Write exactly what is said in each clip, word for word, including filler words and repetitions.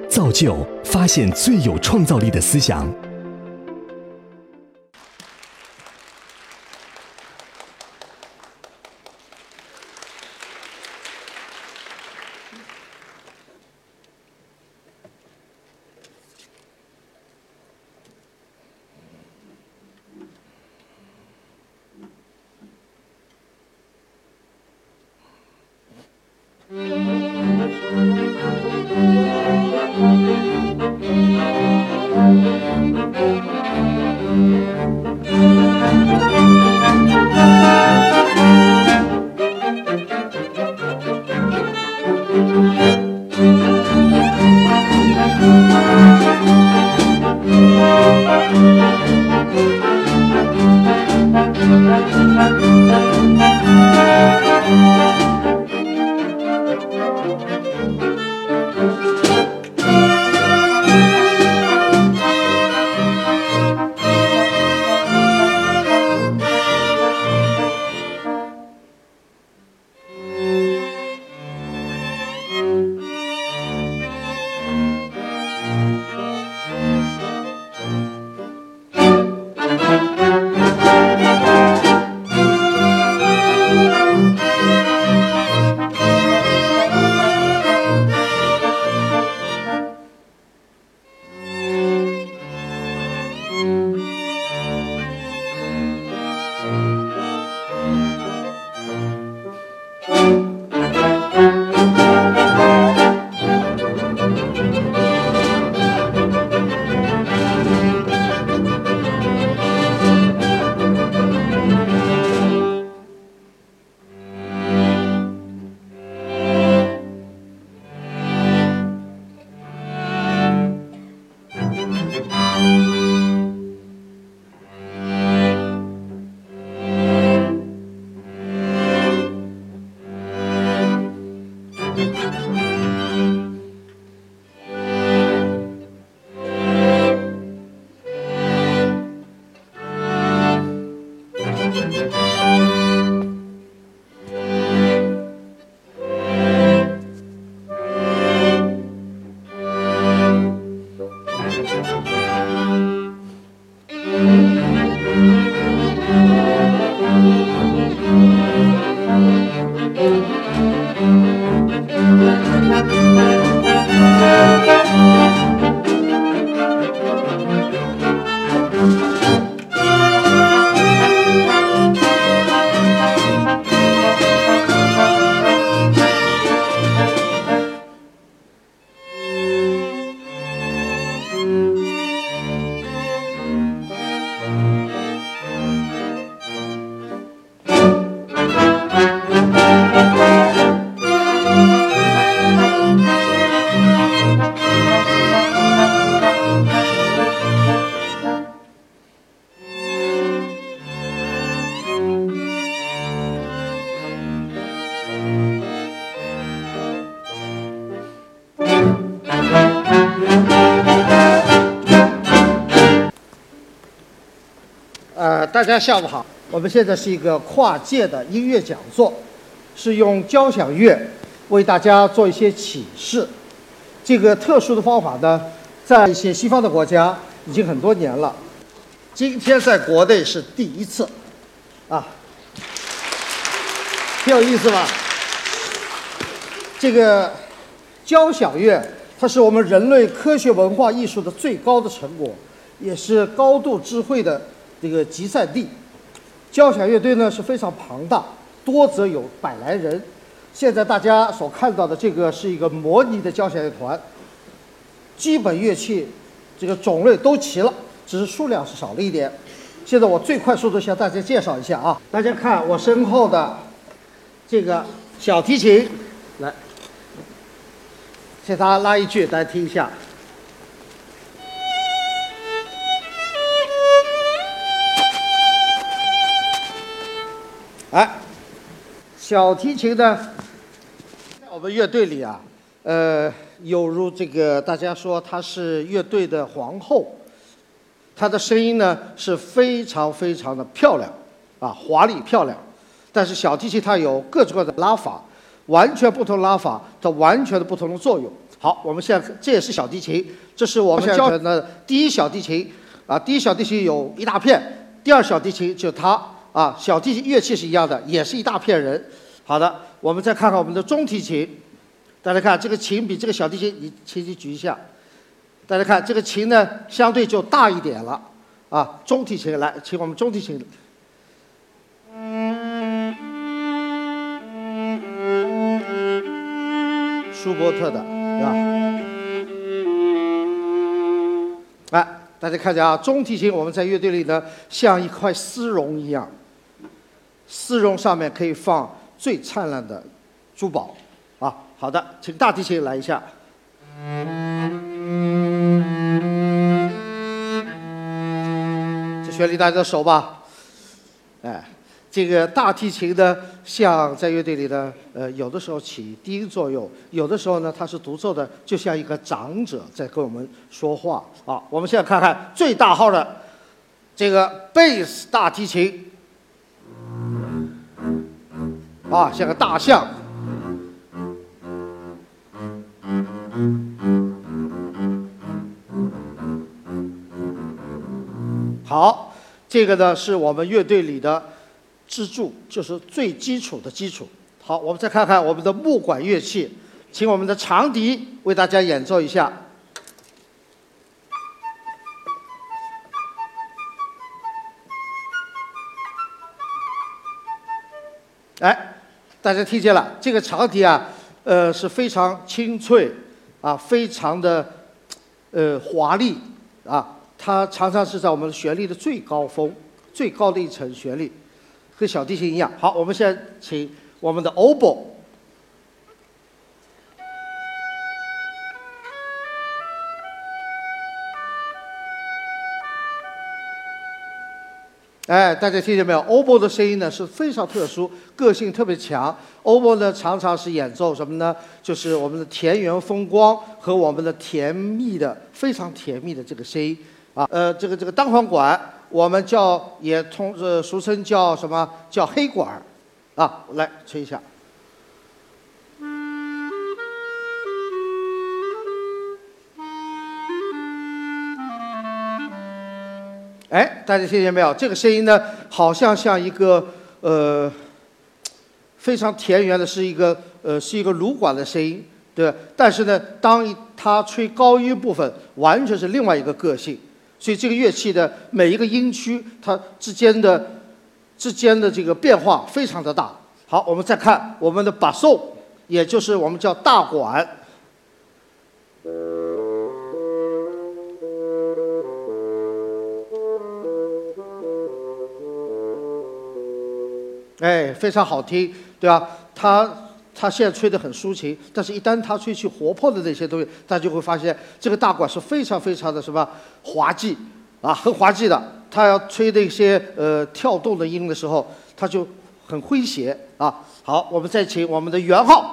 造就发现最有创造力的思想。 呃，大家下午好。我们现在是一个跨界的音乐讲座，是用交响乐为大家做一些启示。这个特殊的方法呢，在一些西方的国家已经很多年了，今天在国内是第一次，啊，挺有意思吧？这个交响乐，它是我们人类科学文化艺术的最高的成果，也是高度智慧的这个集散地。交响乐队呢是非常庞大，多则有百来人。现在大家所看到的这个是一个模拟的交响乐团，基本乐器这个种类都齐了，只是数量是少了一点。现在我最快速度向大家介绍一下啊，大家看我身后的这个小提琴，来，请他拉一句，大家听一下。哎，小提琴呢，在我们乐队里啊，呃，有如这个大家说她是乐队的皇后，她的声音呢是非常非常的漂亮，啊，华丽漂亮。但是小提琴它有各种各样的拉法， 完全不同拉法，它完全的不同的作用。好，我们现在这也是小提琴，这是我们教的第一小提琴啊，第一小提琴有一大片，第二小提琴就它啊，小提琴乐器是一样的，也是一大片人。好的，我们再看看我们的中提琴，大家看这个琴比这个小提琴，你轻轻举一下，大家看这个琴呢相对就大一点了啊，中提琴来，请我们中提琴。舒伯特的，对吧？哎，大家看见啊，中提琴我们在乐队里呢，像一块丝绒一样，丝绒上面可以放最灿烂的珠宝啊。好的，请大提琴来一下。这旋律大家都熟吧？哎。这个大提琴呢，像在乐队里呢，呃，有的时候起低音作用，有的时候呢，它是独奏的，就像一个长者在跟我们说话啊。我们现在看看最大号的这个贝斯大提琴，啊，像个大象。好，这个呢是我们乐队里的支柱，就是最基础的基础。好，我们再看看我们的木管乐器，请我们的长笛为大家演奏一下。哎，大家听见了，这个长笛啊，呃，是非常清脆啊，非常的呃华丽啊，它常常是在我们旋律的最高峰、最高的一层旋律。跟小提琴一样。好，我们现在请我们的 oboe。哎，大家听见没有 ？oboe 的声音呢是非常特殊，个性特别强。oboe 呢常常是演奏什么呢？就是我们的田园风光和我们的甜蜜的、非常甜蜜的这个声音啊。呃，这个这个单簧管。我们叫也通呃俗称叫什么叫黑管儿，啊，来吹一下。哎，大家听见没有？这个声音呢，好像像一个呃非常田园的，是一个呃是一个芦管的声音，对吧？但是呢，当它吹高音部分，完全是另外一个个性。所以这个乐器的每一个音区，它之间的之间的这个变化非常的大。好，我们再看我们的巴松，也就是我们叫大管。哎，非常好听，对吧？它它现在吹得很抒情，但是一旦它吹起活泼的那些东西，大家就会发现这个大管是非常非常的什么滑稽啊，很滑稽的。它要吹那些呃跳动的音的时候，它就很诙谐啊。好，我们再请我们的圆号。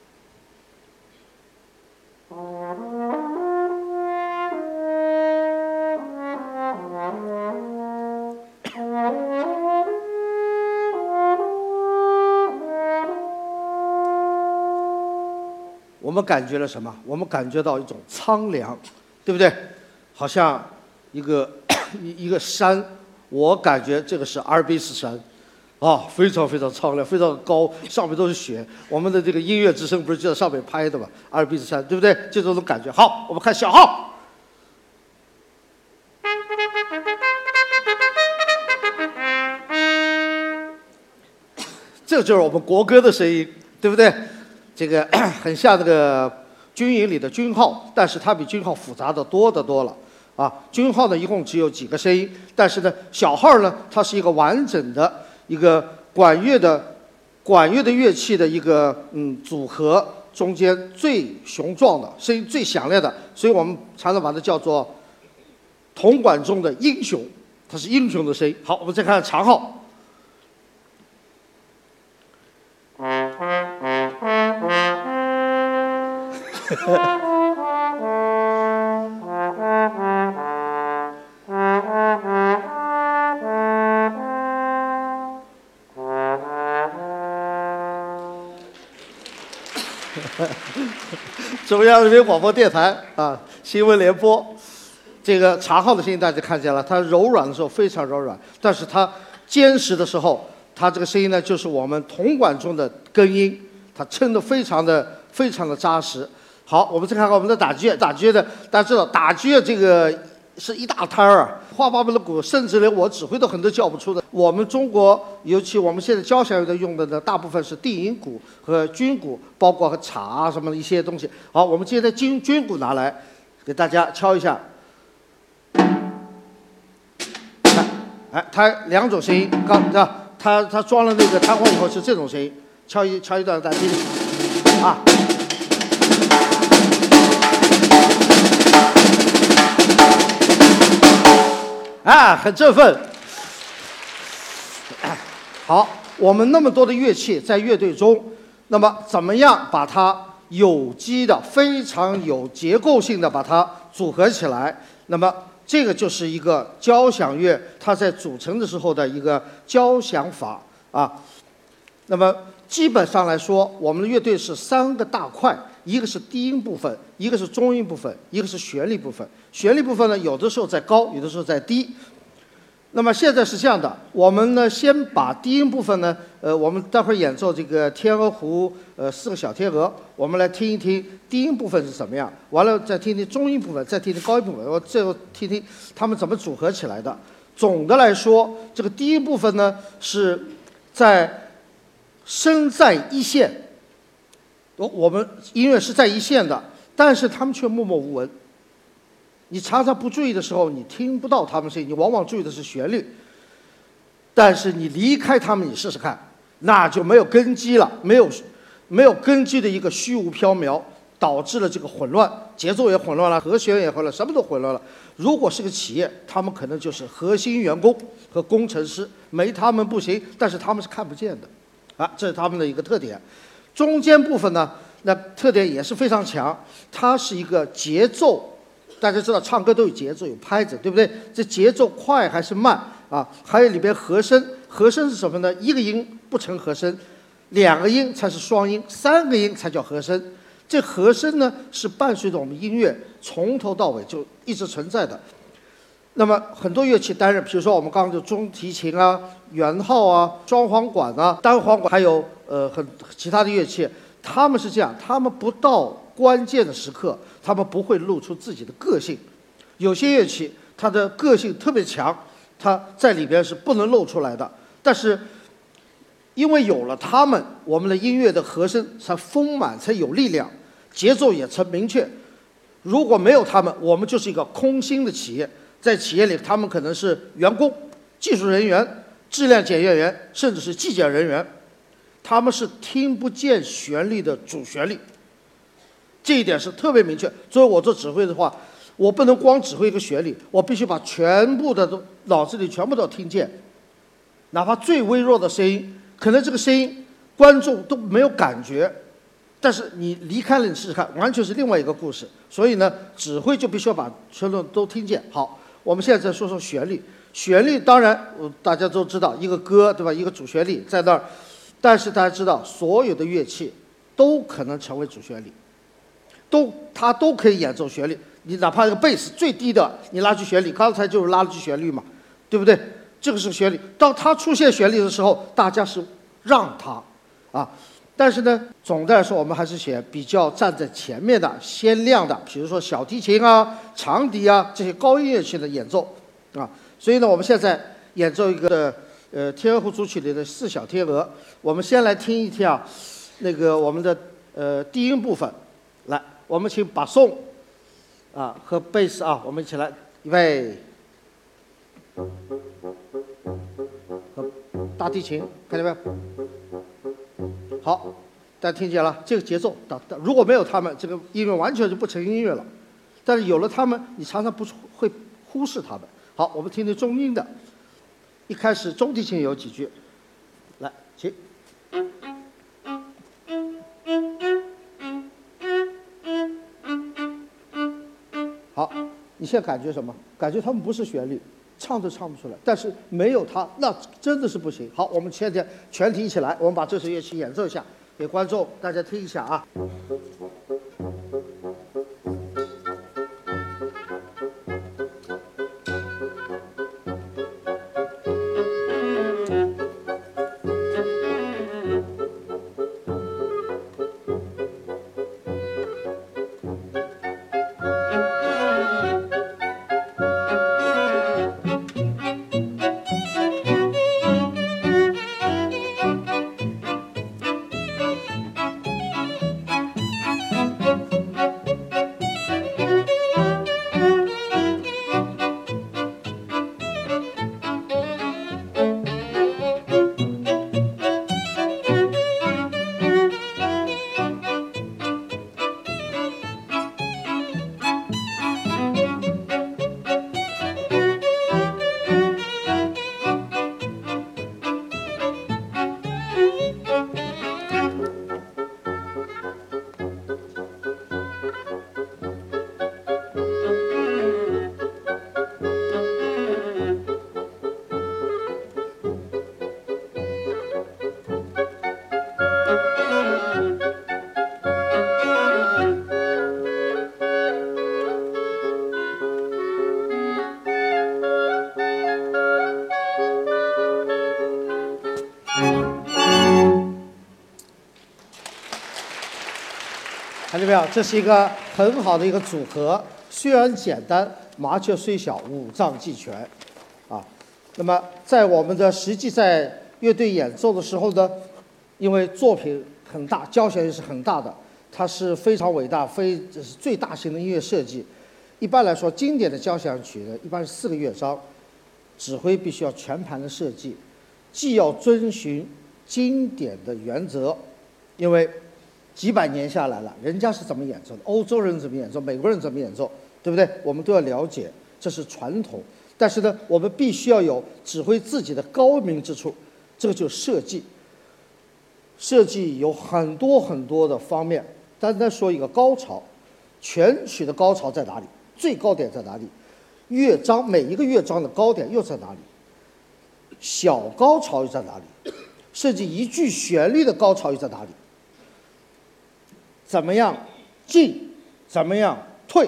我们感觉了什么？我们感觉到一种苍凉，对不对？好像一个一一个山，我感觉这个是阿尔卑斯山，啊，非常非常苍凉，非常高，上面都是雪。我们的这个音乐之声不是就在上面拍的嘛？阿尔卑斯山，对不对？就这种感觉。好，我们看小号。这就是我们国歌的声音，对不对？这个很像这个军营里的军号，但是它比军号复杂的多得多了啊。军号呢一共只有几个声音，但是呢小号呢它是一个完整的一个管乐的管乐的乐器的一个嗯组合，中间最雄壮的声音最响亮的，所以我们常常把它叫做铜管中的英雄，它是英雄的声音。好，我们再看看长号。 中央人民广播电台啊，新闻联播。这个长号的声音大家看见了，它柔软的时候非常柔软，但是它坚实的时候，它这个声音呢，就是我们铜管中的根音，它撑得非常的非常的扎实。好，我们再看看我们的打击乐，打击乐的大家知道，打击乐这个是一大摊儿啊，花八门的鼓，甚至连我指挥都很多叫不出的。我们中国，尤其我们现在交响乐的用的呢，大部分是定音鼓和军鼓，包括和镲啊什么的一些东西。好，我们今天的军军鼓拿来给大家敲一下。哎，它两种声音，刚啊，它它装了那个弹簧以后是这种声音，敲一敲一段大家听听啊。啊，很振奋。好，我们那么多的乐器在乐队中，那么怎么样把它有机的、非常有结构性的把它组合起来？那么这个就是一个交响乐它在组成的时候的一个交响法啊。那么基本上来说，我们的乐队是三个大块，一个是低音部分，一个是中音部分，一个是旋律部分。旋律部分呢，有的时候在高，有的时候在低。那么现在是这样的，我们呢先把低音部分呢，呃，我们待会儿演奏这个《天鹅湖》呃四个小天鹅，我们来听一听低音部分是怎么样，完了再听听中音部分，再听听高音部分，我最后听听他们怎么组合起来的。总的来说，这个低音部分呢是在身在一线，我我们音乐是在一线的，但是他们却默默无闻。你常常不注意的时候，你听不到他们声音，你往往注意的是旋律。但是你离开他们，你试试看，那就没有根基了，没有没有根基的一个虚无缥缈，导致了这个混乱，节奏也混乱了，和弦也混乱，什么都混乱了。如果是个企业，他们可能就是核心员工和工程师，没他们不行，但是他们是看不见的，啊，这是他们的一个特点。中间部分呢，那特点也是非常强，它是一个节奏。大家知道唱歌都有节奏有拍子，对不对？这节奏快还是慢啊？还有里边和声，和声是什么呢？一个音不成和声，两个音才是双音，三个音才叫和声。这和声呢是伴随着我们音乐从头到尾就一直存在的。那么很多乐器担任，比如说我们刚刚的中提琴啊、圆号啊、双簧管啊、单簧管，还有呃很其他的乐器，他们是这样，他们不到关键的时刻，他们不会露出自己的个性。有些乐器它的个性特别强，它在里边是不能露出来的。但是因为有了它们，我们的音乐的和声才丰满，才有力量，节奏也才明确。如果没有他们，我们就是一个空心的企业。在企业里，他们可能是员工、技术人员、质量检验员，甚至是计检人员，他们是听不见旋律的主旋律。这一点是特别明确。所以我做指挥的话，我不能光指挥一个旋律，我必须把全部的都脑子里全部都听见，哪怕最微弱的声音，可能这个声音观众都没有感觉，但是你离开了，你试试看，完全是另外一个故事。所以呢，指挥就必须要把全部都听见。好，我们现在再说说旋律。旋律当然，大家都知道，一个歌对吧？一个主旋律在那儿，但是大家知道，所有的乐器都可能成为主旋律。都，它都可以演奏旋律。你哪怕这个贝斯最低的，你拉句旋律，刚才就是拉了句旋律嘛，对不对？这个是旋律。当它出现旋律的时候，大家是让它，啊，但是呢，总的来说，我们还是选比较站在前面的、鲜亮的，比如说小提琴啊、长笛啊这些高音乐器的演奏，啊，所以呢，我们现在演奏一个呃《天鹅湖》组曲里的四小天鹅。我们先来听一听啊，那个我们的呃低音部分，来。我们请把颂啊和贝斯啊，我们一起来，预备，和大提琴，看见没有？好，大家听见了这个节奏。如果没有他们，这个音乐完全就不成音乐了。但是有了他们，你常常不会忽视他们。好，我们听听中音的。一开始中提琴有几句，来，请。好，你现在感觉什么？感觉他们不是旋律，唱都唱不出来。但是没有它，那真的是不行。好，我们现在全体一起来，我们把这首乐器演奏一下，给观众大家听一下啊。 见没有？这是一个很好的一个组合，虽然简单，麻雀虽小，五脏俱全，啊。那么在我们的实际在乐队演奏的时候呢，因为作品很大，交响乐是很大的，它是非常伟大，非这是最大型的音乐设计。一般来说，经典的交响曲呢，一般是四个乐章，指挥必须要全盘的设计，既要遵循经典的原则，因为几百年下来了，人家是怎么演奏的，欧洲人怎么演奏，美国人怎么演奏，对不对？我们都要了解，这是传统。但是呢，我们必须要有指挥自己的高明之处，这个就是设计。设计有很多很多的方面，单单说一个高潮，全曲的高潮在哪里？最高点在哪里？乐章每一个乐章的高点又在哪里？小高潮又在哪里？设计一句旋律的高潮又在哪里？怎么样进？怎么样退？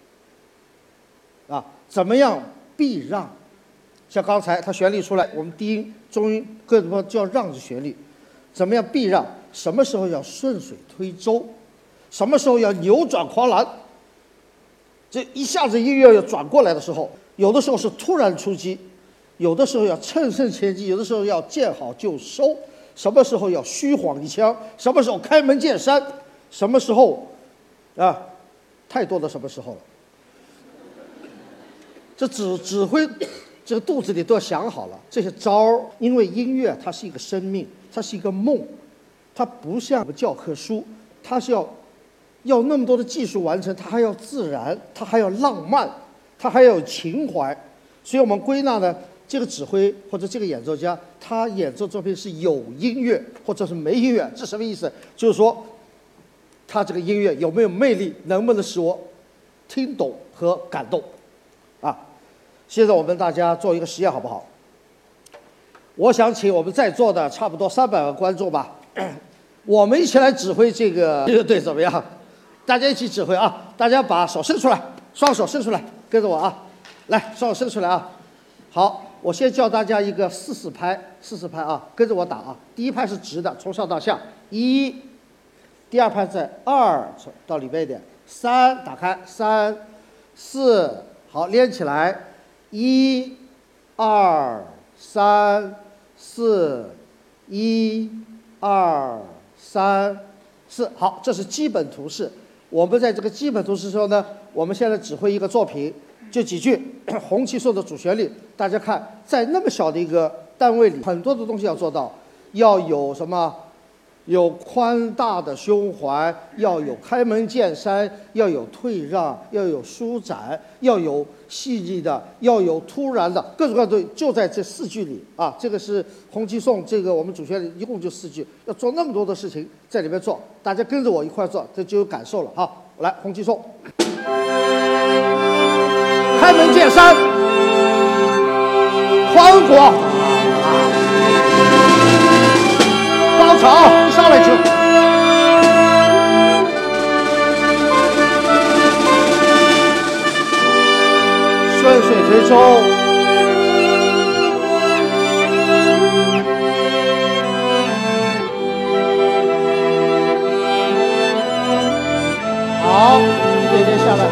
啊，怎么样避让？像刚才它旋律出来，我们低音、中音各种地方就要让着旋律。怎么样避让？什么时候要顺水推舟？什么时候要扭转狂澜？这一下子音乐要转过来的时候，有的时候是突然出击，有的时候要乘胜前进，有的时候要见好就收。什么时候要虚晃一枪？什么时候开门见山？什么时候啊？太多的什么时候了？这指指挥，这个肚子里都要想好了这些招儿，因为音乐它是一个生命，它是一个梦，它不像个教科书，它是要要那么多的技术完成，它还要自然，它还要浪漫，它还要有情怀。所以我们归纳呢，这个指挥或者这个演奏家，他演奏作品是有音乐或者是没音乐，这什么意思？就是说，他这个音乐有没有魅力，能不能使我听懂和感动？啊，现在我们大家做一个实验好不好？我想请我们在座的差不多三百万观众吧，我们一起来指挥这个乐队怎么样？大家一起指挥啊！大家把手伸出来，双手伸出来，跟着我啊！来，双手伸出来啊！好，我先教大家一个四四拍，四四拍啊，跟着我打啊！第一拍是直的，从上到下，一；第二拍在二，到里边一点，三，打开，三，四。好，连起来，一、二、三、四，一、二、三、四。好，这是基本图式。我们在这个基本图式时候呢，我们现在指挥一个作品，就几句红旗颂的主旋律。大家看，在那么小的一个单位里，很多的东西要做到，要有什么？有宽大的胸怀，要有开门见山，要有退让，要有舒展，要有细腻的，要有突然的，各种各样的就在这四句里啊。这个是红旗颂，这个我们主旋律一共就四句，要做那么多的事情在里面做，大家跟着我一块做，这就有感受了哈。来，红旗颂，开门见山，宽广。高潮一上来就顺水推舟，好，一点点下来，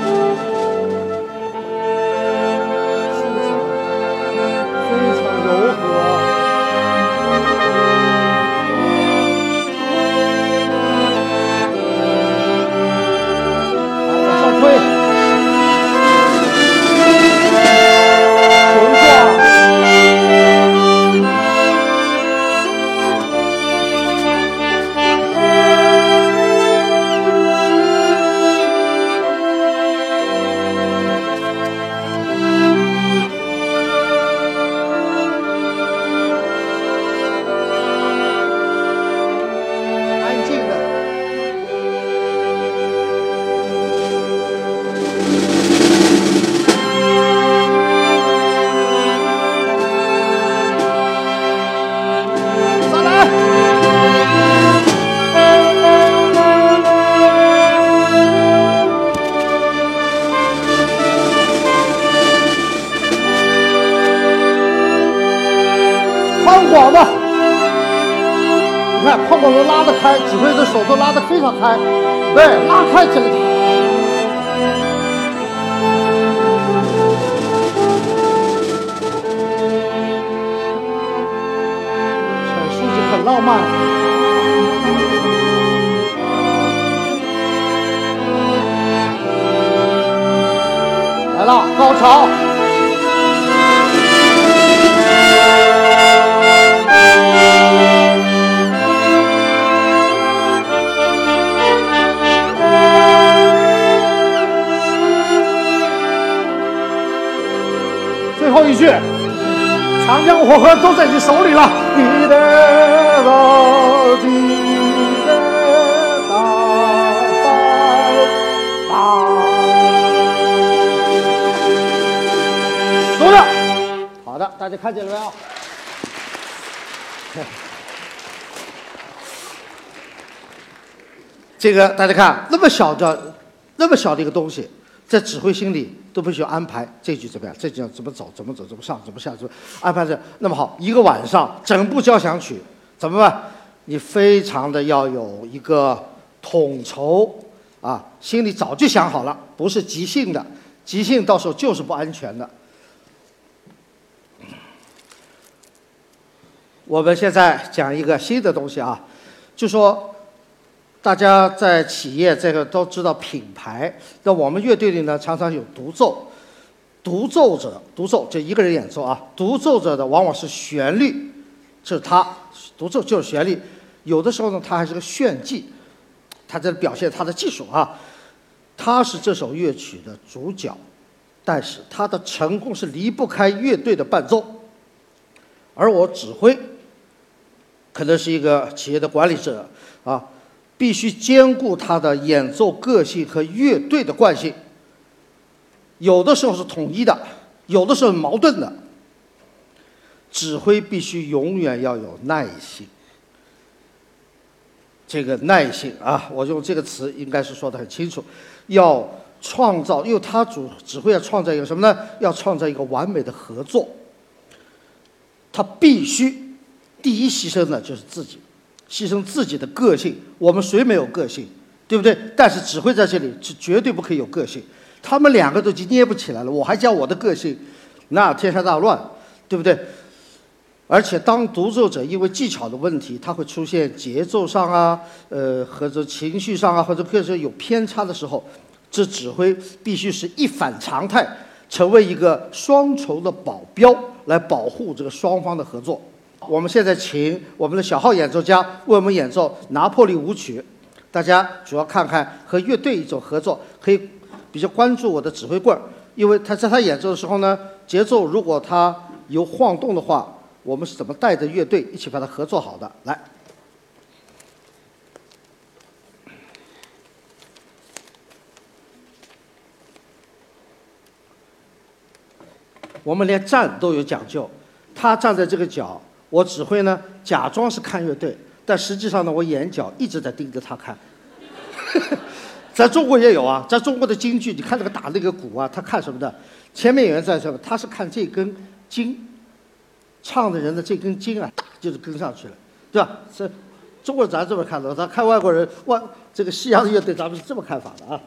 非常柔和。广的，你看，邝广都拉得开，指挥的手都拉得非常开。 对，拉开这个。陈书记很浪漫。来了，高潮。最后一句，长江黄河都在你手里了。你的老弟的大白马。输了。好的，大家看见了没有？这个大家看，那么小的、那么小的一个东西，在指挥心里都必须要安排这句怎么样，这句要怎么走，怎么走，怎么上，怎么下，怎么安排着。那么好，一个晚上整部交响曲怎么办？你非常的要有一个统筹啊，心里早就想好了，不是即兴的，即兴到时候就是不安全的。我们现在讲一个新的东西啊，就说大家在企业这个都知道品牌，那我们乐队里呢常常有独奏，独奏者独奏就一个人演奏啊，独奏者的往往是旋律，这是他独奏就是旋律，有的时候呢他还是个炫技，他在表现他的技术啊，他是这首乐曲的主角，但是他的成功是离不开乐队的伴奏，而我指挥。可能是一个企业的管理者啊，必须兼顾他的演奏个性和乐队的惯性。有的时候是统一的，有的时候矛盾的。指挥必须永远要有耐心。这个耐性啊，我用这个词应该是说得很清楚，要创造，因为他主指挥要创造一个什么呢？要创造一个完美的合作。他必须。第一牺牲的就是自己，牺牲自己的个性。我们谁没有个性，对不对？但是指挥在这里是绝对不可以有个性。他们两个都已经捏不起来了，我还讲我的个性，那天下大乱，对不对？而且当独奏者因为技巧的问题，他会出现节奏上啊，呃，或者情绪上啊，或者各种有偏差的时候，这指挥必须是一反常态，成为一个双重的保镖，来保护这个双方的合作。我们现在请我们的小号演奏家为我们演奏《拿破仑舞曲》，大家主要看看和乐队一种合作，可以比较关注我的指挥棍儿，因为他在他演奏的时候呢，节奏如果他有晃动的话，我们是怎么带着乐队一起把它合作好的？来，我们连站都有讲究，他站在这个角。我指挥呢，假装是看乐队，但实际上呢，我眼角一直在盯着他看。在中国也有啊，在中国的京剧，你看那个打那个鼓啊，他看什么的？前面演员在什么？他是看这根筋，唱的人的这根筋啊，就是跟上去了，对吧？这中国人咱这么看的，咱看外国人外这个西洋的乐队，咱们是这么看法的啊。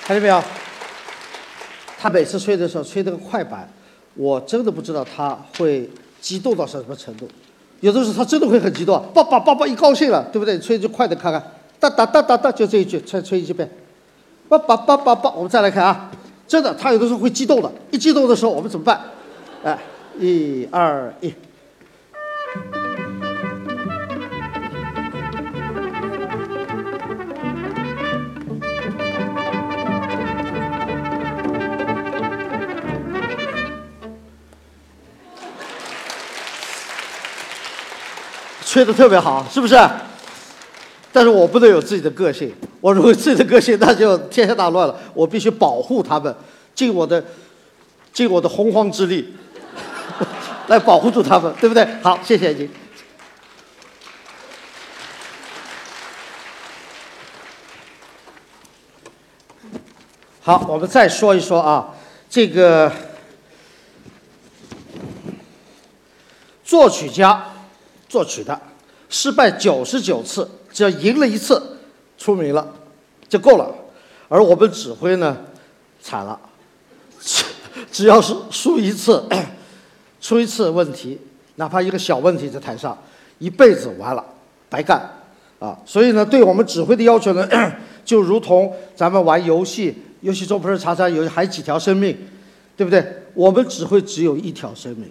看见没有？他每次吹的时候吹这个快板，我真的不知道他会激动到什么程度。有的时候他真的会很激动，叭叭叭叭一高兴了，对不对？吹就快的看看，哒哒哒哒哒，就这一句，吹吹一遍，叭叭叭叭叭。我们再来看啊，真的，他有的时候会激动的，一激动的时候我们怎么办？哎，一二一。吹得特别好，是不是？但是我不能有自己的个性，我如果有自己的个性，那就天下大乱了。我必须保护他们，尽我的尽我的洪荒之力来保护住他们，对不对？好，谢谢您。好，我们再说一说啊，这个作曲家。作曲的，失败九十九次，只要赢了一次，出名了，就够了。而我们指挥呢，惨了，只要是输一次，出一次问题，哪怕一个小问题在台上，一辈子完了，白干啊！所以呢，对我们指挥的要求呢，就如同咱们玩游戏，游戏中不是常常有还几条生命，对不对？我们指挥只有一条生命。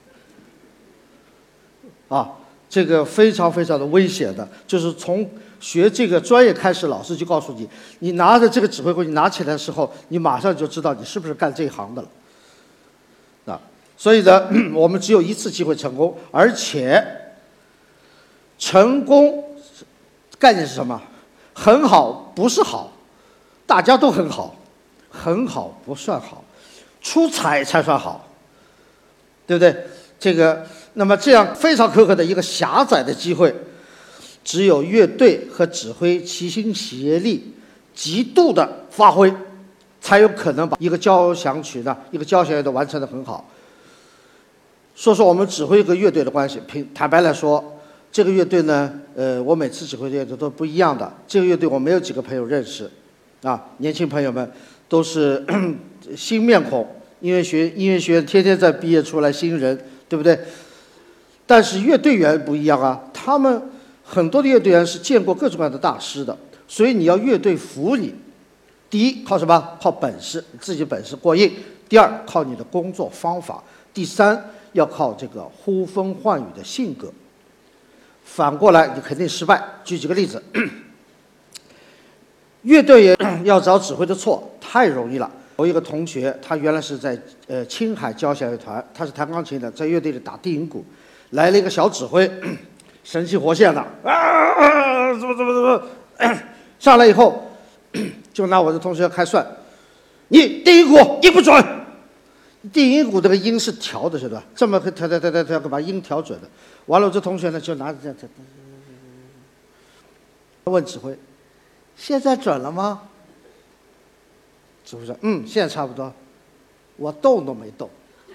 啊，这个非常非常的危险的，就是从学这个专业开始，老师就告诉你，你拿着这个指挥棍，你拿起来的时候，你马上就知道你是不是干这一行的了。啊，所以呢，我们只有一次机会成功，而且成功概念是什么？很好不是好，大家都很好，很好不算好，出彩才算好，对不对？这个。那么这样非常苛刻的一个狭窄的机会，只有乐队和指挥齐心协力，极度的发挥，才有可能把一个交响曲呢，一个交响乐队完成得很好。说说我们指挥和乐队的关系，平坦白来说，这个乐队呢，呃，我每次指挥的乐队都不一样的。这个乐队我没有几个朋友认识，啊，年轻朋友们都是新面孔，音乐学音乐学院天天在毕业出来新人，对不对？但是乐队员不一样啊，他们很多的乐队员是见过各种各样的大师的，所以你要乐队服你，第一靠什么？靠本事，自己本事过硬；第二靠你的工作方法；第三要靠这个呼风唤雨的性格。反过来你肯定失败。举几个例子，乐队员要找指挥的错太容易了。我有一个同学，他原来是在呃青海交响乐团，他是弹钢琴的，在乐队里打低音鼓。来了一个小指挥，神气活现的啊，怎么怎么怎么，上来以后就拿我的同学开涮，你低音鼓音不准，低音鼓这个音是调的，是吧？这么调调调调调，把音调准的。完了，我这同学呢就拿着这样，问指挥，现在准了吗？指挥说，嗯，现在差不多。我动都没动。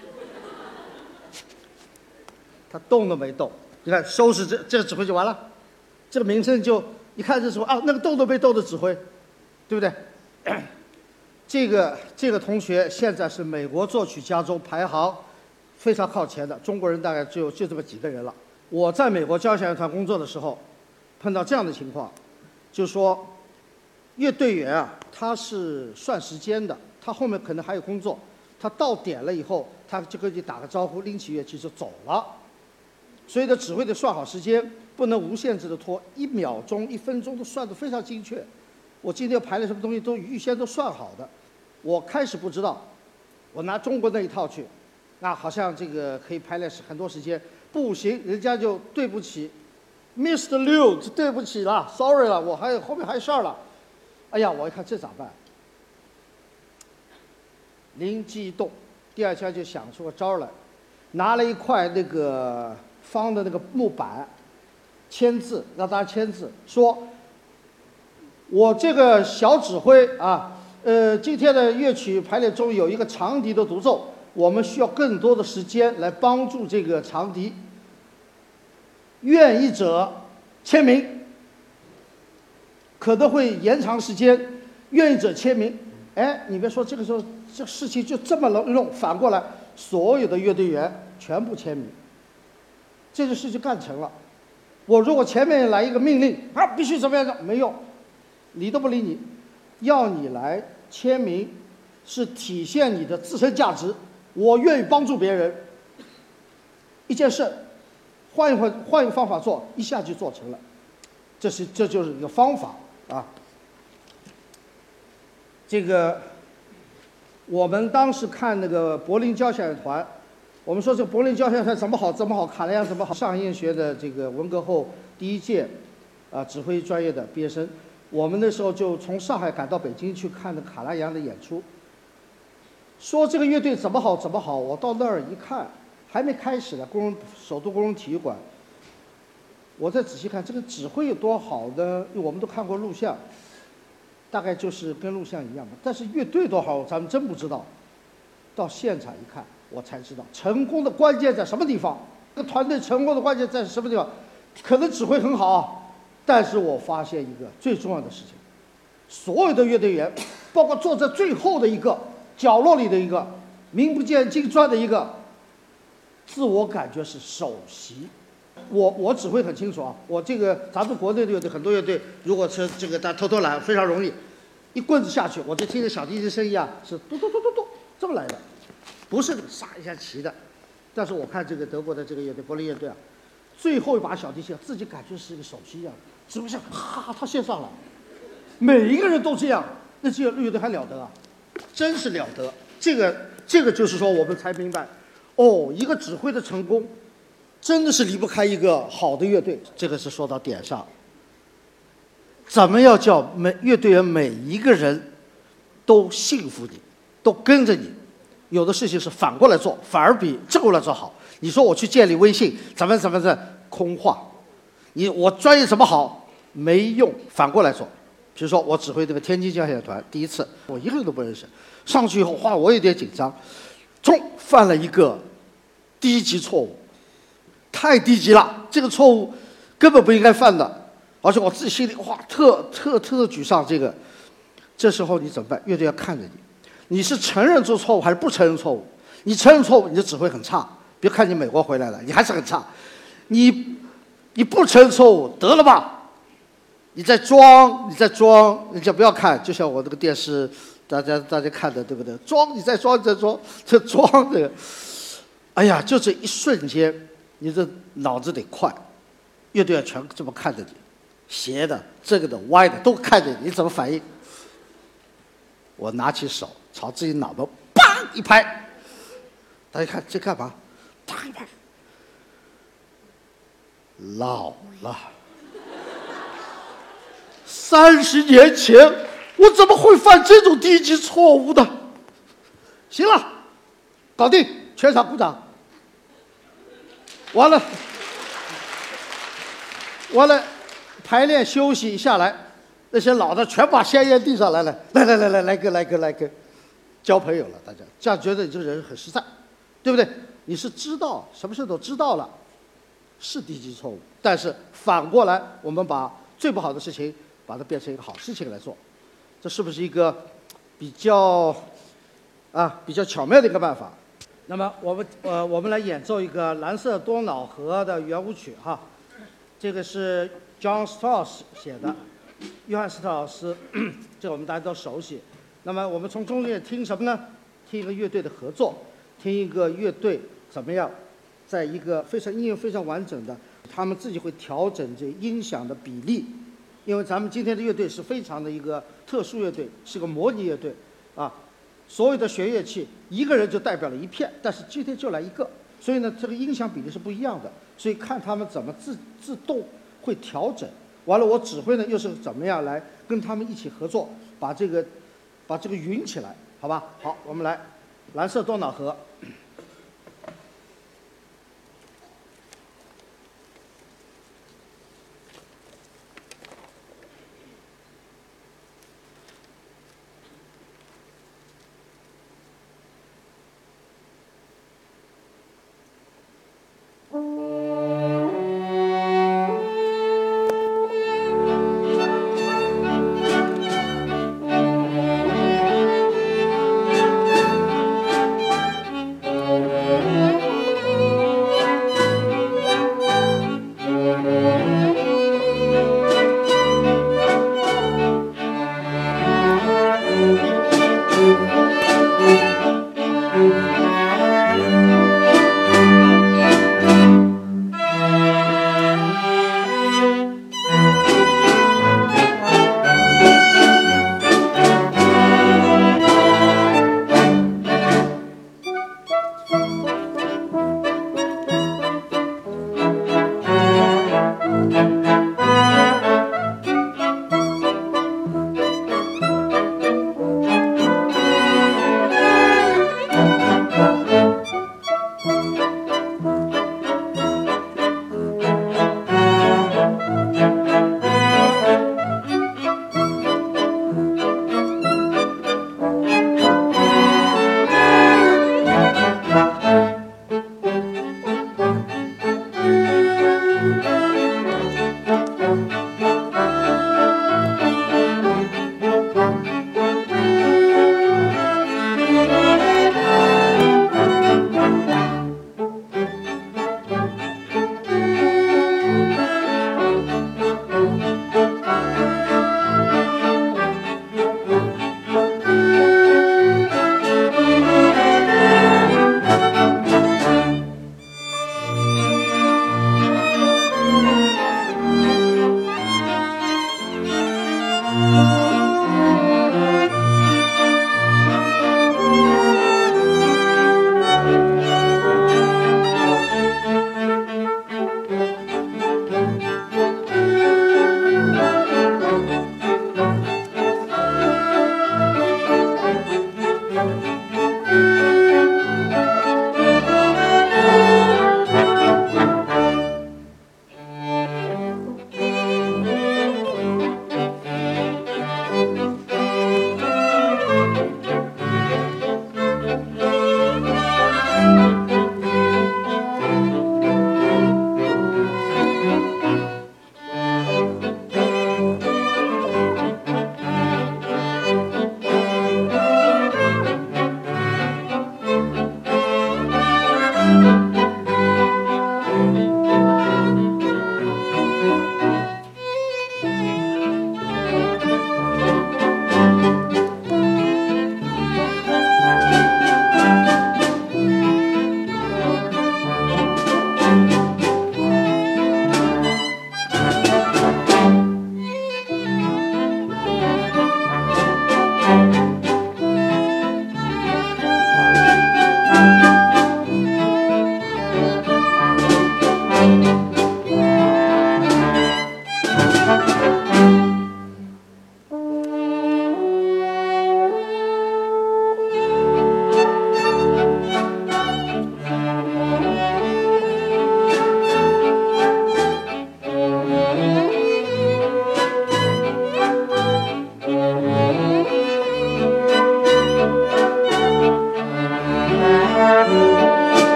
他动都没动，你看收拾这这个指挥就完了，这个名声就一看这指挥啊，那个动都没动的指挥，对不对？这个这个同学现在是美国作曲家中排行非常靠前的，中国人大概只有就这么几个人了。我在美国交响乐团工作的时候，碰到这样的情况，就是说乐队员啊，他是算时间的，他后面可能还有工作，他到点了以后，他就跟你打个招呼，拎起乐器就走了。所以呢，指挥得算好时间，不能无限制的拖，一秒钟、一分钟都算得非常精确。我今天要排了什么东西都预先都算好的。我开始不知道，我拿中国那一套去，那好像这个可以排练很多时间，不行，人家就对不起 ，Mister Liu， 对不起了 ，sorry 了，我还有后面还有事儿了。哎呀，我一看这咋办？灵机一动，第二天就想出个招来，拿了一块那个方的那个木板，签字，让大家签字，说，我这个小指挥啊，呃，今天的乐曲排练中有一个长笛的独奏，我们需要更多的时间来帮助这个长笛，愿意者签名，可能会延长时间，愿意者签名。 哎，你别说，这个时候这个事情就这么能弄，反过来所有的乐队员全部签名，这个事就干成了。我如果前面来一个命令，啊，必须怎么样的，没用，理都不理你，要你来签名，是体现你的自身价值，我愿意帮助别人。一件事，换一换换一个方法做，一下就做成了，这是这就是一个方法啊。这个我们当时看那个柏林交响乐团，我们说这个柏林交响乐团怎么好怎么好，卡莱扬怎么好。上音乐学的这个文革后第一届啊指挥专业的毕业生，我们那时候就从上海赶到北京去看的卡拉扬的演出。说这个乐队怎么好怎么好，我到那儿一看，还没开始呢，工人首都工人体育馆。我再仔细看，这个指挥有多好呢？我们都看过录像。大概就是跟录像一样的，但是乐队多好，咱们真不知道。到现场一看，我才知道成功的关键在什么地方。这个团队成功的关键在什么地方？可能指挥很好，但是我发现一个最重要的事情：所有的乐队员，包括坐在最后的一个角落里的一个名不见经传的一个，自我感觉是首席。我我指挥很清楚啊，我这个咱们国内的乐队很多乐队，如果是这个大家偷偷懒非常容易，一棍子下去，我就听着小提琴声音啊，是嘟嘟嘟嘟嘟这么来的，不是杀一下齐的。但是我看这个德国的这个乐队柏林乐队啊，最后一把小提琴自己感觉是一个首席一样，指挥上哈他先上了，每一个人都这样，那这个乐队还了得啊，真是了得。这个这个就是说我们才明白，哦，一个指挥的成功。真的是离不开一个好的乐队，这个是说到点上。怎么样叫每乐队员每一个人都信服你，都跟着你？有的事情是反过来做，反而比正过来做好。你说我去建立威信，怎么怎么的，空话。你我专业怎么好没用，反过来做。比如说我指挥这个天津交响乐团，第一次我一个人都不认识，上去以后哇，我有点紧张，中犯了一个低级错误。太低级了，这个错误根本不应该犯的，而且我自己心里哇特特特沮丧。这个，这时候你怎么办？乐队要看着你，你是承认做错误还是不承认错误？你承认错误，你的指挥很差。别看你美国回来了，你还是很差。你你不承认错误，得了吧？你在装，你在装，人家不要看。就像我这个电视，大家大家看的对不对？装，你在装，你在装，这装这个，哎呀，就这一瞬间。你这脑子得快，乐队员全这么看着你，斜的、这个的、歪的都看着你，你怎么反应？我拿起手朝自己脑袋砰一拍，大家看这干嘛？啪一拍，老了。三十年前我怎么会犯这种低级错误的？行了，搞定，全场鼓掌。完了，完了，排练休息一下来，那些老的全把香烟递上来了，来来来来来个来个来个，交朋友了，大家这样觉得你这个人很实在，对不对？你是知道什么事都知道了，是低级错误，但是反过来，我们把最不好的事情把它变成一个好事情来做，这是不是一个比较啊比较巧妙的一个办法？那么我们呃，我们来演奏一个蓝色多瑙河的圆舞曲哈，这个是 John Strauss 写的，约翰斯特劳斯，这我们大家都熟悉。那么我们从中间听什么呢？听一个乐队的合作，听一个乐队怎么样，在一个非常音乐非常完整的，他们自己会调整这音响的比例，因为咱们今天的乐队是非常的一个特殊乐队，是个模拟乐队啊。所有的弦乐器，一个人就代表了一片，但是今天就来一个，所以呢，这个音响比例是不一样的。所以看他们怎么自自动会调整。完了，我指挥呢又是怎么样来跟他们一起合作，把这个把这个匀起来，好吧？好，我们来蓝色多瑙河。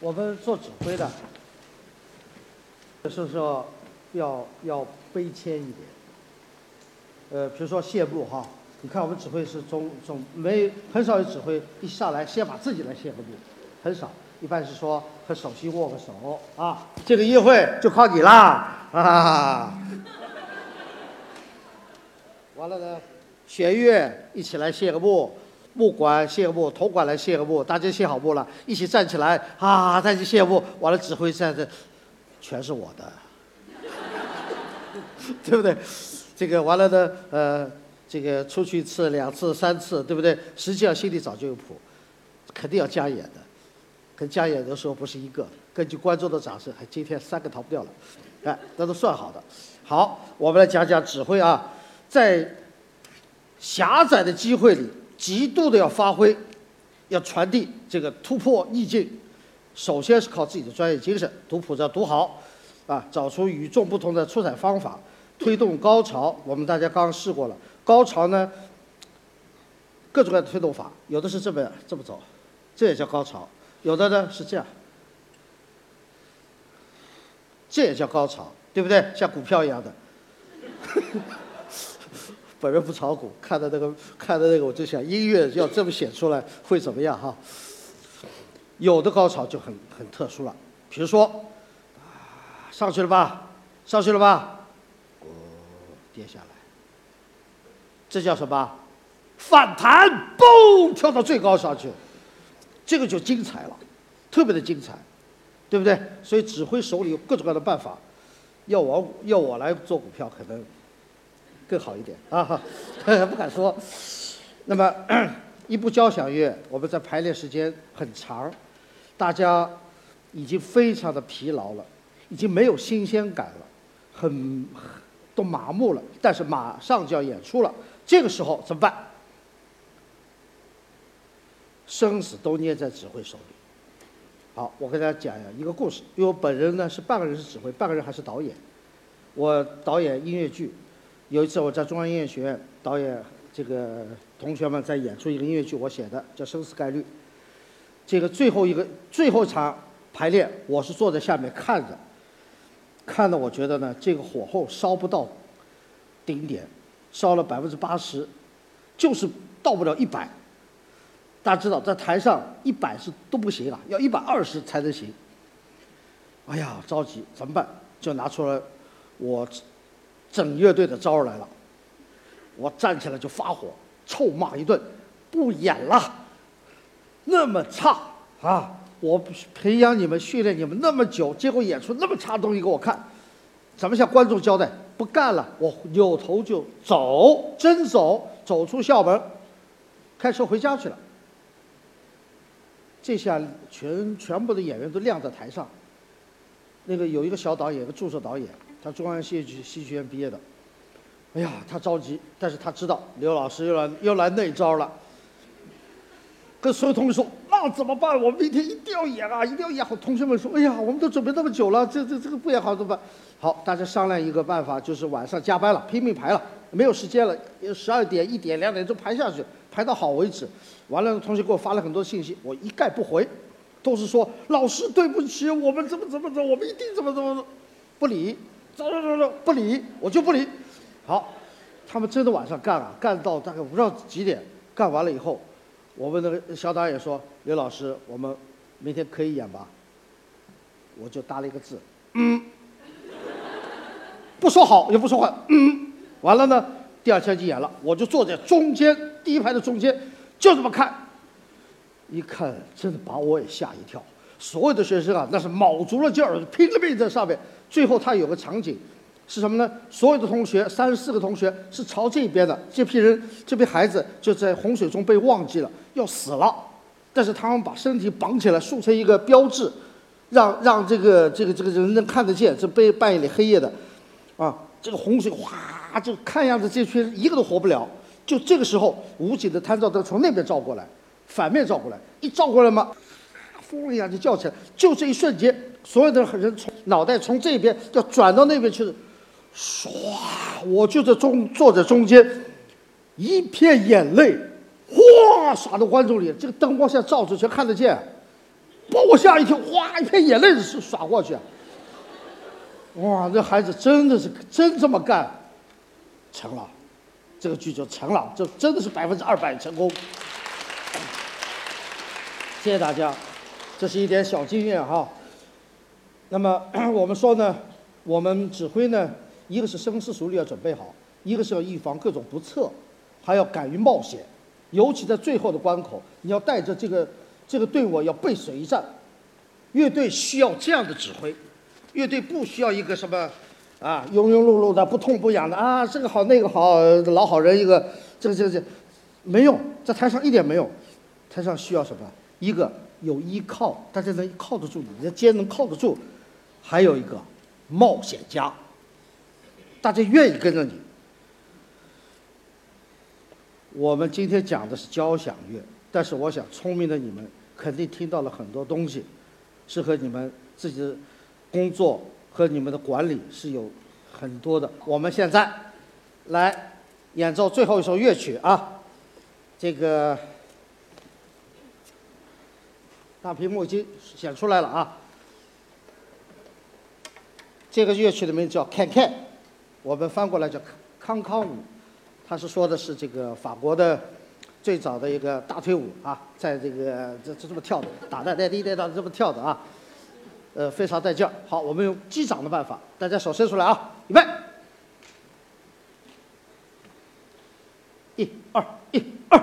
我们做指挥的，是说要要卑谦一点。呃，比如说谢幕哈，你看我们指挥是中中没很少有指挥一上来先把自己来谢个幕，很少，一般是说和首席握个手啊，这个议会就靠你啦啊。完了呢，弦乐一起来谢个幕。木管谢个幕，铜管来谢个幕，大家谢好幕了，一起站起来啊！大家谢幕，完了指挥站着，全是我的，对不对？这个完了呢，呃，这个出去一次、两次、三次，对不对？实际上心里早就有谱，肯定要加演的，跟加演的时候不是一个，根据观众的掌声，还今天三个逃不掉了，哎，那都算好的。好，我们来讲讲指挥啊，在狭窄的机会里。极度的要发挥，要传递这个突破意境。首先是靠自己的专业精神，读谱子要读好，啊，找出与众不同的出彩方法，推动高潮。我们大家刚刚试过了，高潮呢，各种各样的推动法，有的是这么这么走，这也叫高潮；有的呢是这样，这也叫高潮，对不对？像股票一样的。本人不炒股，看到那个看到那个，我就想音乐要这么写出来会怎么样哈？有的高潮就很很特殊了，比如说，啊，上去了吧，上去了吧，哦，跌下来，这叫什么？反弹，嘣，跳到最高上去，这个就精彩了，特别的精彩，对不对？所以指挥手里有各种各样的办法，要我要我来做股票，可能。更好一点啊，不敢说。那么一部交响乐，我们在排练时间很长，大家已经非常的疲劳了，已经没有新鲜感了，很都麻木了。但是马上就要演出了，这个时候怎么办？生死都捏在指挥手里。好，我跟大家讲一个故事，因为我本人呢是半个人是指挥，半个人还是导演。我导演音乐剧。有一次我在中央音乐学院导演，这个同学们在演出一个音乐剧，我写的叫《生死概率》。这个最后一个最后一场排练，我是坐在下面看着，看的我觉得呢，这个火候烧不到顶点，烧了百分之八十，就是到不了一百。大家知道，在台上一百是都不行啊，要一百二十才能行。哎呀，着急怎么办？就拿出了我。整乐队的招来了，我站起来就发火，臭骂一顿，不演了，那么差啊！我培养你们、训练你们那么久，结果演出那么差的东西给我看，怎么向观众交代？不干了，我扭头就走，真走，走出校门，开车回家去了。这下全全部的演员都晾在台上。那个有一个小导演，有个助手导演。他中央戏剧戏剧院毕业的，哎呀，他着急，但是他知道刘老师又来又来那一招了，跟所有同学说，那怎么办？我们明天一定要演啊，一定要演好。同学们说，哎呀，我们都准备那么久了，这这这个不演好怎么办？好，大家商量一个办法，就是晚上加班了，拼命排了，没有时间了，十二点、一点、两点钟排下去，排到好为止。完了，同学给我发了很多信息，我一概不回，都是说老师对不起，我们怎么怎么着，我们一定怎么怎么，不理。走走走走，不理，我就不理。好，他们真的晚上干啊，干到大概不知道几点。干完了以后，我们那个小导演说：“刘老师，我们明天可以演吧？”我就搭了一个字，嗯，不说好也不说坏，嗯。完了呢，第二天就演了，我就坐在中间第一排的中间，就这么看。一看，真的把我也吓一跳。所有的学生啊，那是卯足了劲儿，拼了命在上面。最后他有个场景，是什么呢？所有的同学，三十四个同学是朝这边的，这批人，这批孩子就在洪水中被忘记了，要死了。但是他们把身体绑起来，竖成一个标志，让让这个这个这个人能看得见。这被半夜里黑夜的，啊，这个洪水哗，就看样子这群人一个都活不了。就这个时候，武警的探照灯从那边照过来，反面照过来，一照过来嘛。风一样就叫起来，就这一瞬间，所有的人从脑袋从这边要转到那边去，唰，我就在中坐在中间，一片眼泪，哗洒到观众里，这个灯光下照着全看得见。 把我吓一跳，哗，一片眼泪是耍过去。哇，这孩子真的是真这么干，成了，这个剧就成了，这真的是百分之二百成功。谢谢大家，这是一点小经验哈。那么我们说呢，我们指挥呢，一个是深思熟虑要准备好，一个是要预防各种不测，还要敢于冒险，尤其在最后的关口，你要带着这个这个队伍要背水一战。乐队需要这样的指挥，乐队不需要一个什么啊庸庸碌碌的、不痛不痒的啊，这个好那个好，老好人一个，这个这个这个没用，在台上一点没用。台上需要什么？一个有依靠，大家能靠得住你，你的肩能靠得住；还有一个冒险家，大家愿意跟着你。我们今天讲的是交响乐，但是我想聪明的你们肯定听到了很多东西，是和你们自己的工作和你们的管理是有很多的。我们现在来演奏最后一首乐曲啊，这个大屏幕已经显出来了啊。这个乐曲的名字叫《看看》，我们翻过来叫康康舞，它是说的是这个法国的最早的一个大腿舞啊，在这个这这这么跳的，打带带滴带打这么跳的啊，呃，非常带劲儿。好，我们用击掌的办法，大家手伸出来啊，预备，一二一二。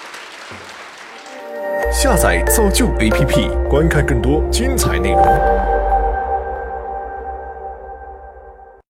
下载造就 A P P， 观看更多精彩内容。